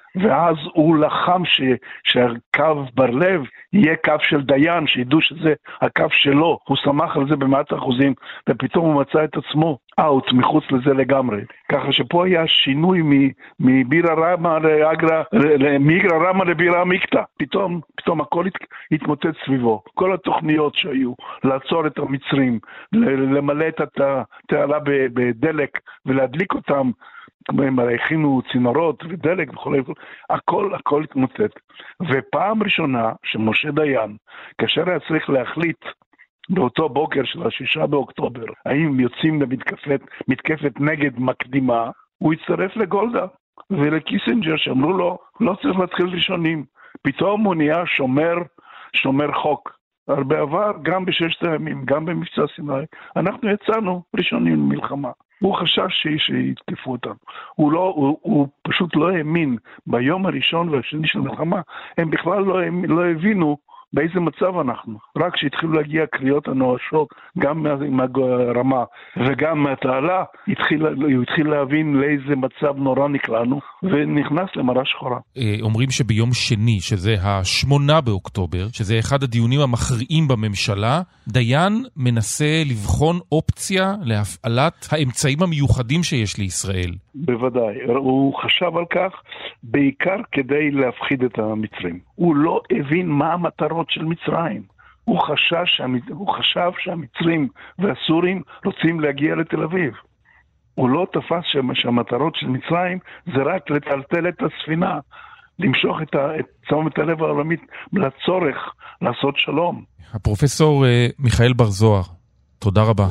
ואז הוא לחם שהקו ברלב יהיה קו של דיין, שידעו שזה הקו שלו. הוא שמח על זה במאת אחוזים, ופתאום הוא מצא את עצמו אאוט, מחוץ לזה לגמרי. ככה שפה היה שינוי מבירה רמה מאיגרא רמא לבירה עמיקתא. פתאום הכל התמוטט סביבו. כל התוכניות שהיו, לעצור את המצרים, למלא את התעלה בדלק ולהדליק אותם, הם הכינו צינורות ודלק וכו', הכל התמוטט. ופעם ראשונה שמשה דיין, כאשר היה צריך להחליט באותו בוקר של 6 באוקטובר, האם יוצאים למתקפת נגד מקדימה, הוא הצטרף לגולדה ולקיסינג'ר שאמרו לו, לא צריך להתחיל ראשונים. פתאום הוא נהיה שומר חוק. בעבר, גם בששת הימים, גם במבצע סיני, אנחנו יצאנו ראשונים למלחמה. הוא חשש שיתקפו אותנו. הוא פשוט לא האמין ביום הראשון והשני של המלחמה. הם בכלל לא הבינו באיזה מצב אנחנו. רק כשהתחילו להגיע קריאות הנואשות, גם מהרמה וגם מהתעלה, הוא התחיל להבין לאיזה מצב נורא נקלענו, ונכנס למראה שחורה. אומרים שביום שני, שזה 8 באוקטובר, שזה אחד הדיונים המכריעים בממשלה, דיין מנסה לבחון אופציה להפעלת האמצעים המיוחדים שיש לישראל. בוודאי. הוא חשב על כך בעיקר כדי להפחיד את המצרים. הוא לא הבין מה המטרות של מצרים. הוא חשב שהמצרים והסורים רוצים להגיע לתל אביב. הוא לא תפס שהמטרות של מצרים זה רק לטלטל את הספינה, למשוך את תשומת הלב העולמית לצורך לעשות שלום. הפרופסור מיכאל בר זוהר, תודה רבה.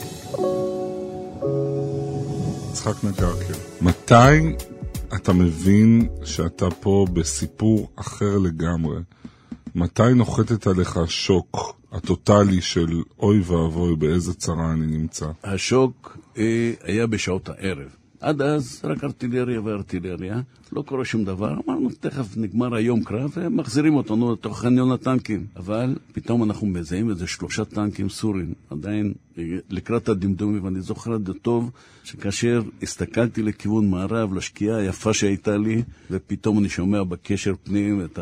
יצחק נגרקר, מתי אתה מבין שאתה פה בסיפור אחר לגמרי? מתי נוחתת עליך השוק הטוטלי של אוי ואבוי באיזה צרה אני נמצא? השוק היה בשעות הערב. עד אז רק ארטילריה וארטילריה, לא קורה שום דבר. אמרנו, תכף נגמר היום קרב ומחזירים אותנו לתוך חניון הטנקים. אבל פתאום אנחנו מזהים איזה 3 טנקים סורים, עדיין לקראת הדמדומים, ואני זוכר את זה טוב, שכאשר הסתכלתי לכיוון מערב, לשקיעה היפה שהייתה לי, ופתאום אני שומע בקשר פנים את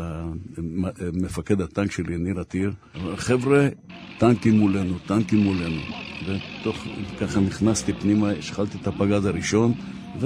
מפקד הטנק שלי, ניר עתיר, חבר'ה, טנקים מולנו, טנקים מולנו. ותוך ככה נכנסתי פנימה, השחלתי את הפגז הראשון,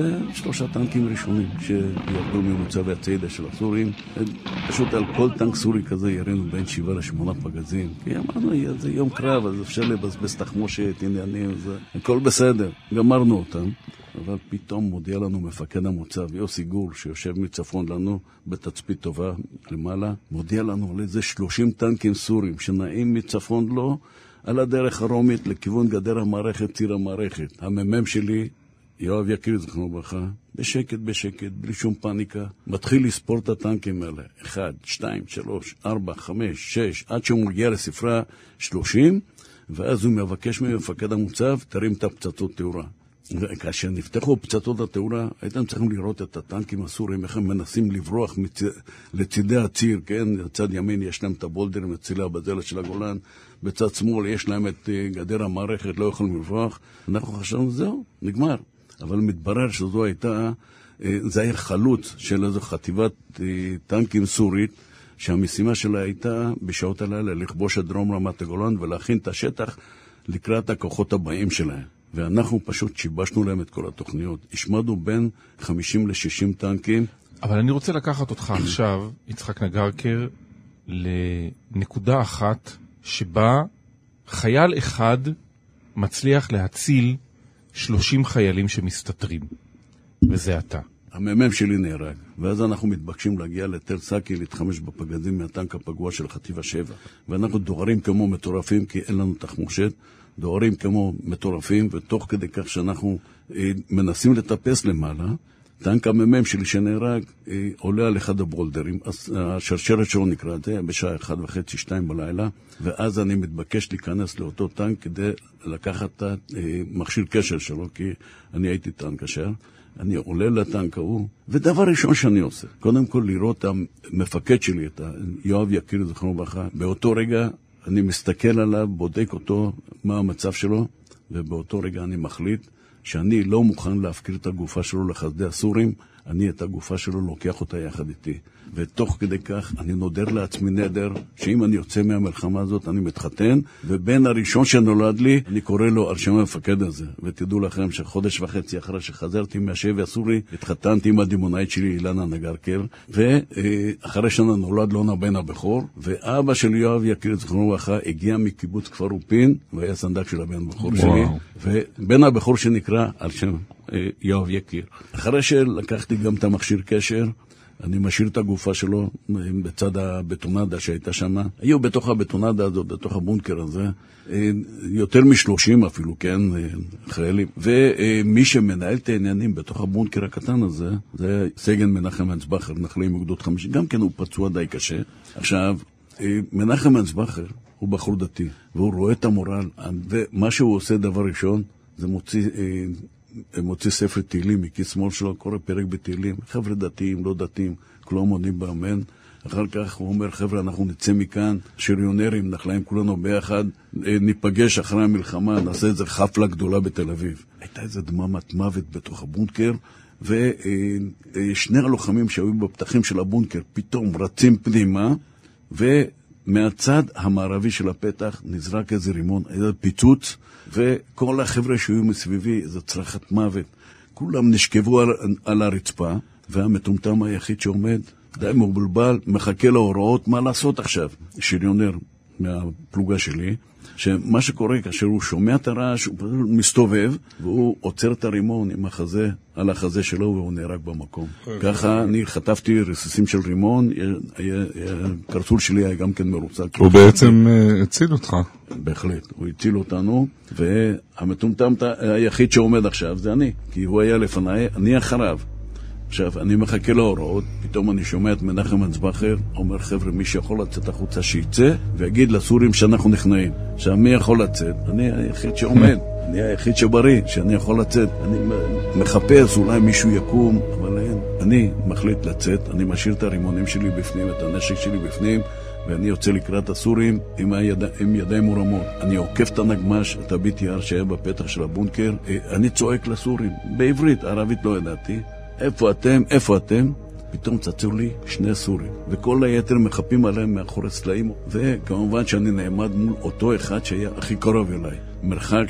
ו3 טנקים ראשונים שירדו ממוצב הצעידה של הסורים. פשוט על כל טנק סורי כזה ירינו בין 7 ל8 פגזים. כי אמרנו, זה יום קרב, אז אפשר לבזבז תחמושת, עניינים, הכל בסדר. גמרנו אותם. אבל פתאום מודיע לנו מפקד המוצב, יוסי גור, שיושב מצפון לנו בתצפית טובה למעלה, מודיע לנו על איזה 30 טנקים סורים שנעים מצפון לו, על הדרך הרומית לכיוון גדר המערכת, ציר המערכת. הממ"מ שלי, יואב יקיר זכרונו לברכה, בשקט, בלי שום פאניקה, מתחיל לספור את הטנקים האלה. 1, 2, 3, 4, 5, 6, עד שהוא מגיע לספרה 30, ואז הוא מבקש ממפקד המוצב, תרים את הפצצות תאורה. וכאשר נפתחו פצצות התאורה, הייתם צריכים לראות את הטנקים הסורים, איך הם מנסים לברוח לצידי הציר, כן? בצד ימין יש להם את הבולדרים, את צילי הבזלת של הגולן, בצד שמאל יש להם את גדר המערכת, לא יכולים לברוח. אנחנו חשבנו, זהו, נגמר. אבל מתברר שזו הייתה, זה היה חלוץ של איזו חטיבת טנקים סורית, שהמשימה שלה הייתה בשעות הלילה לכבוש את דרום רמת הגולן ולהכין את השטח לקראת הכוחות הבאים שלהם. ואנחנו פשוט שיבשנו להם את כל התוכניות. השמדנו בין 50 ל-60 טנקים. אבל אני רוצה לקחת אותך עכשיו, יצחק נגרקר, לנקודה אחת שבה חייל אחד מצליח להציל 30 חיילים שמסתתרים. וזה אתה. הממ"מ שלי נהרג, ואז אנחנו מתבקשים להגיע לתל סאקי להתחמש בפגזים מהטנק הפגוע של חטיבה 7. ואנחנו דוהרים כמו מטורפים כי אין לנו תחמושת. דוהרים כמו מטורפים, ותוך כדי כך שאנחנו מנסים לטפס למעלה, טנק הממ"מ שלי שנהרג עולה על אחד הבולדרים, השרשרת שלו נקרא את זה, בשעה 1:30, 2 בלילה, ואז אני מתבקש להיכנס לאותו טנק כדי לקחת את מכשיר קשר שלו, כי אני הייתי טנק קשר. אני עולה לטנק ההוא, ודבר ראשון שאני עושה, קודם כל לראות את המפקד שלי, את יואב יקיר זכרונו לברכה, באותו רגע אני מסתכל עליו, בודק אותו, מה המצב שלו, ובאותו רגע אני מחליט שאני לא מוכן להפקיר את הגופה שלו לחסדי הסורים, אני את הגופה שלו לוקח אותה יחד איתי. ותוך כדי כך אני נודר לעצמי נדר, שאם אני יוצא מהמלחמה הזאת אני מתחתן, ובן הראשון שנולד לי, אני קורא לו על שם המפקד הזה. ותדעו לכם שחודש וחצי אחרי שחזרתי מהשבי הסורי, התחתנתי עם הדימונאית שלי, אילנה נגרקר, ואחרי שנה נולד לונה בן הבכור, ואבא של יואב יקיר זכרונו לברכה הגיע מקיבוץ כפר אופין, והיה סנדק של הבן הבכור שלי, ובן הבכור שנקרא על שם יואב יקיר. אחרי שלקחתי גם את המכשיר קשר, אני משאיר את הגופה שלו בצד הבטונדה שהייתה שם. היו בתוך הבטונדה הזאת, בתוך הבונקר הזה, יותר מ-30 אפילו, כן, חיילים. ומי שמנהל את העניינים בתוך הבונקר הקטן הזה, זה סגן מנחם אנסבכר, נחלים מגדוד 50, גם כן הוא פצוע די קשה. עכשיו, מנחם אנסבכר הוא בחור דתי, והוא רואה את המורל, ומה שהוא עושה דבר ראשון, זה מוציא ספר תהילים מכיס שמאל שלו, קורא פרק בתהילים, חבר'ה דתיים, לא דתיים, כולם עונים באמן. אחר כך הוא אומר, חבר'ה, אנחנו נצא מכאן, שריונרים, נחלאים כולנו ביחד, ניפגש אחרי המלחמה, נעשה איזה חפלה גדולה בתל אביב. הייתה איזו דממת מוות בתוך הבונקר, ושני הלוחמים שהיו בפתחים של הבונקר פתאום רצים פנימה, ומהצד המערבי של הפתח נזרק איזה רימון, איזה פיצוץ, וכל החבר'ה שהיו מסביבי, איזו צרחת מוות. כולם נשכבו על הרצפה, והמטומטם היחיד שעומד, די מבולבל, מחכה להוראות מה לעשות עכשיו. שריונר מהפלוגה שלי, שמה שקורה כאשר הוא שומע את הרעש, הוא מסתובב, והוא עוצר את הרימון עם החזה, על החזה שלו, והוא נהרג במקום. ככה אני חטפתי רסיסים של רימון, הקרסול שלי היה גם כן מרוצק. הוא בעצם הציל אותך. בהחלט, הוא הציל אותנו, והמטומטם היחיד שעומד עכשיו זה אני, כי הוא היה לפניי, אני אחריו. עכשיו, אני מחכה להוראות, פתאום אני שומע את מנחם אנסבכר, אומר, חבר'ה, מי שיכול לצאת החוצה שיצא, ויגיד לסורים שאנחנו נכנעים. עכשיו, מי יכול לצאת? אני היחיד שעומד, אני היחיד שבריא, שאני יכול לצאת. אני מחפש, אולי מישהו יקום, אבל אין. אני מחליט לצאת, אני משאיר את הרימונים שלי בפנים, את הנשק שלי בפנים, ואני יוצא לקראת הסורים עם ידיים מורמות. אני עוקף את הנגמש, את ה-BTR שהיה בפתח של הבונקר, אני צועק לסורים, בעברית, ערבית לא ידעתי. איפה אתם? איפה אתם? פתאום צצו לי שני סורים, וכל היתר מחפים עליהם מאחורי סלעים, וכמובן שאני נעמד מול אותו אחד שהיה הכי קרוב אליי. מרחק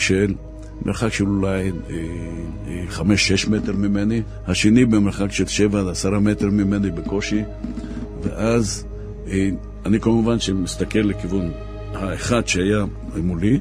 של אולי 5-6 מטר ממני, השני במרחק של 7-10 מטר ממני בקושי, ואז אני כמובן שמסתכל לכיוון האחד שהיה מולי,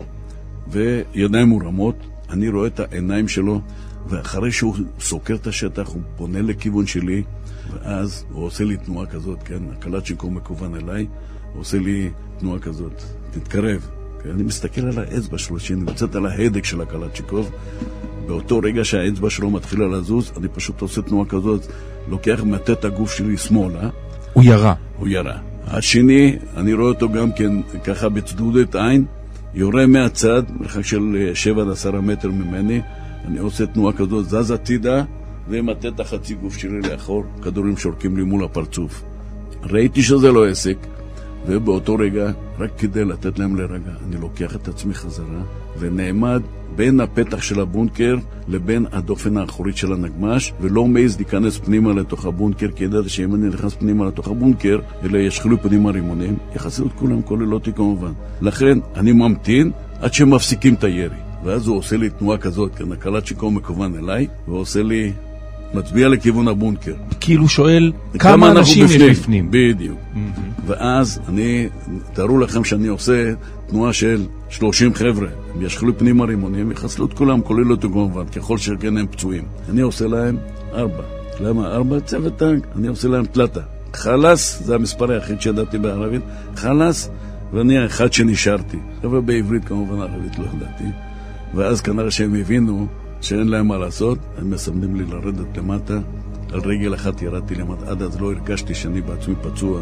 וידיים מורמות, אני רואה את העיניים שלו, ואחרי שהוא סוקר את השטח, הוא פונה לכיוון שלי, ואז הוא עושה לי תנועה כזאת, כן? הקלצ'ניקוב מקוון אליי, הוא עושה לי תנועה כזאת, תתקרב. כן? אני מסתכל על האצבע שלו, שנמצאת על ההדק של הקלצ'ניקוב, באותו רגע שהאצבע שלו מתחילה לזוז, אני פשוט עושה תנועה כזאת, לוקח מטה הגוף שלי שמאלה. הוא ירה. הוא ירה. השני, אני רואה אותו גם כן, ככה בצדודת עין, יורה מהצד, מרחק של 7-10 מטר ממני, אני עושה תנועה כזאת, זז עתידה, ומטה את החצי גוף שלי לאחור, כדורים שורקים לי מול הפרצוף. ראיתי שזה לא עסק, ובאותו רגע, רק כדי לתת להם לרגע, אני לוקח את עצמי חזרה, ונעמד בין הפתח של הבונקר לבין הדופן האחורית של הנגמש, ולא מעז להיכנס פנימה לתוך הבונקר, כי ידעתי שאם אני נכנס פנימה לתוך הבונקר, אלא ישחלו פנימה רימונים, יחסו את כולם, כולל אותי כמובן. לכן, אני ממתין עד שהם מפסיקים את הירי. ואז הוא עושה לי תנועה כזאת, כן, הקלצ'ניקוב מקוון אליי, ועושה לי, מצביע לכיוון הבונקר. כאילו שואל, כמה אנשים יש בפנים? בדיוק. ואז תארו לכם שאני עושה תנועה של 30 חבר'ה, הם ישחלו פנימה רימונים, יחסלו את כולם, כולל אותו כמובן, ככל שכן הם פצועים. אני עושה להם 4. למה 4? צוות טנק. אני עושה להם תלתה. חלס, זה המספר היחיד שידעתי בערבית, חלס, ואני האחד שנשארתי. אבל בעברית כמובן ערבית לא ידעתי. ואז כנראה שהם הבינו שאין להם מה לעשות, הם מסמנים לי לרדת למטה, על רגל אחת ירדתי למטה, עד אז לא הרגשתי שאני בעצמי פצוע,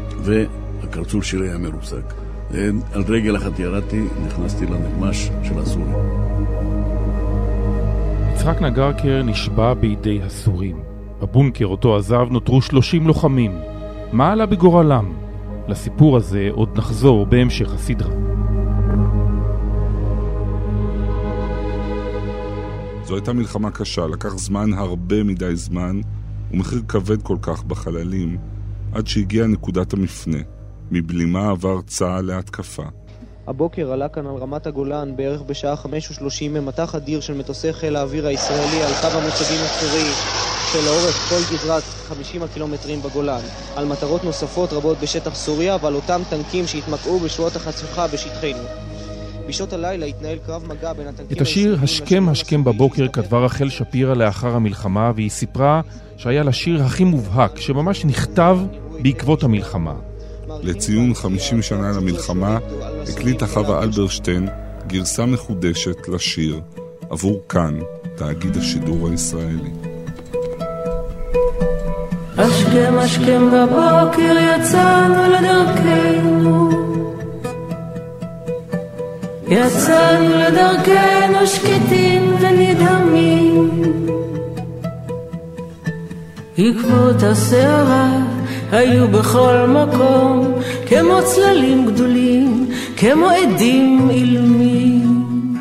והקרצול שלי היה מרוסק. על רגל אחת ירדתי, נכנסתי לנגמש של הסורים. יצחק נגרקר נשבע בידי הסורים. בבונקר אותו עזב נותרו 30 לוחמים. מה עלה בגורלם? לסיפור הזה עוד נחזור בהמשך הסדרה. זו הייתה מלחמה קשה, לקח זמן, הרבה מדי זמן, ומחיר כבד כל כך בחללים, עד שהגיעה נקודת המפנה. מבלימה עבר צה"ל להתקפה. הבוקר עלה כאן על רמת הגולן בערך בשעה 5:30 ממטח אדיר של מטוסי חיל האוויר הישראלי על קו המוצבים הצורי שלאורך כל גזרת 50 הקילומטרים בגולן, על מטרות נוספות רבות בשטח סוריה ועל אותם טנקים שהתמקעו בשורות החציכה בשטחנו. בשעות הלילה התנהל קרב מגע בין הטנקים... את השיר השכם השכם בבוקר כתבה רחל שפירא לאחר המלחמה, והיא סיפרה שהיה לשיר הכי מובהק שממש נכתב בעקבות המלחמה. לציון 50 שנה למלחמה הקליטה חווה אלברשטיין גרסה מחודשת לשיר עבור כאן, תאגיד השידור הישראלי. השכם השכם בבוקר יצאנו לדרכנו, יצאנו לדרכנו שקטים ונדהמים, עקבות הסערה היו בכל מקום, כמו צללים גדולים, כמו עדים אילמים.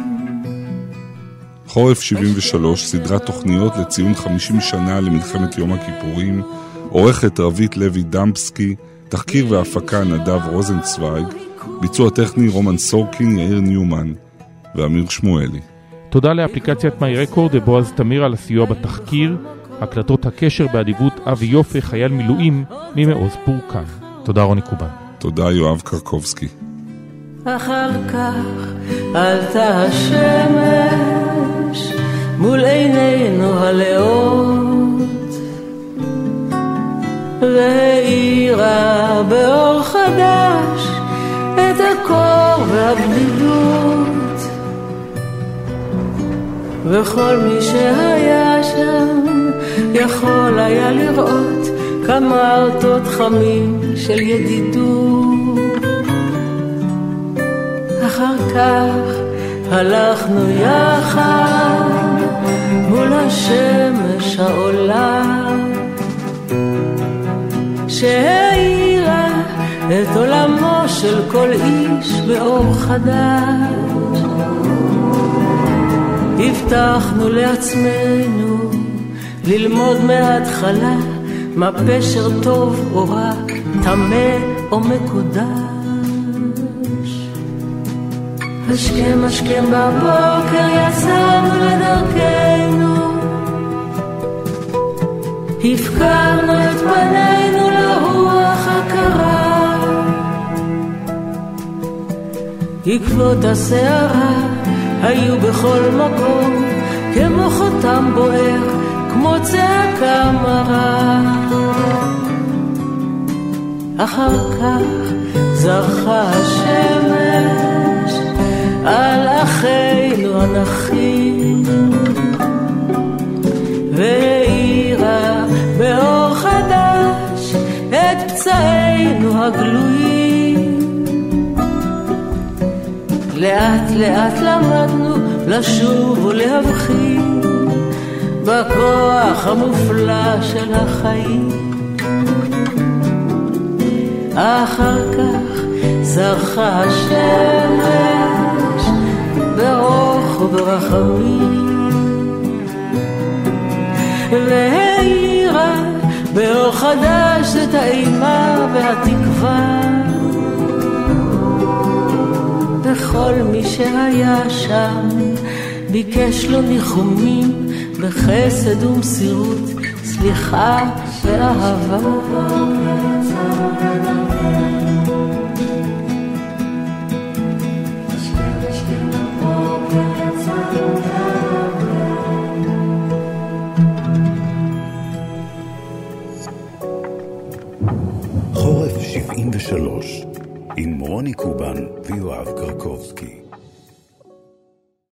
חורף 73, סדרת תוכניות לציון 50 שנה למלחמת יום הכיפורים, עורכת רבית לוי דמפסקי, תחקיר והפקה נדב רוזנצוויג, ביצוע טכני רומן סורקין, יאיר ניומן ואמיר שמואלי. תודה לאפליקציית מיי רקורד ובועז תמיר על הסיוע בתחקיר, הקלטות הקשר באדיבות אבי יופי, חייל מילואים ממעוז פורקן. תודה רוני קובן. תודה יואב קרקובסקי. אחר כך עלתה השמש מול עינינו הלאות, והאירה באור חדש את הקור והבדידות, וכל מי שהיה שם יכול היה לראות כמה אותות חמים של ידידות. אחר כך הלכנו יחד מול השמש העולה, שהאירה את עולמו של כל איש באור חדש. הבטחנו לעצמנו ללמוד מההתחלה מה פשר טוב או רע, טמא או מקודש. השכם השכם בבוקר יצאנו לדרכנו, הפקרנו את פנינו לרוח הקרה, עקבות הסערה היו בכל מקום, כמו חותם בוער, כמו צעקה מרה. אחר כך זרחה השמש על אחינו הנחים, והאירה באור חדש את פצעינו הגלויים. לאט לאט למדנו לשוב ולהבחין בכוח המופלא של החיים. אחר כך זרחה השמש ברוך וברחמים, והאירה באור חדש את האימה והתקווה, וכל מי שהיה שם ביקש לו ניחומים בחסד ומסירות, סליחה ואהבה. חורף 73 עם רוני קובן ויואב קרקובסקי.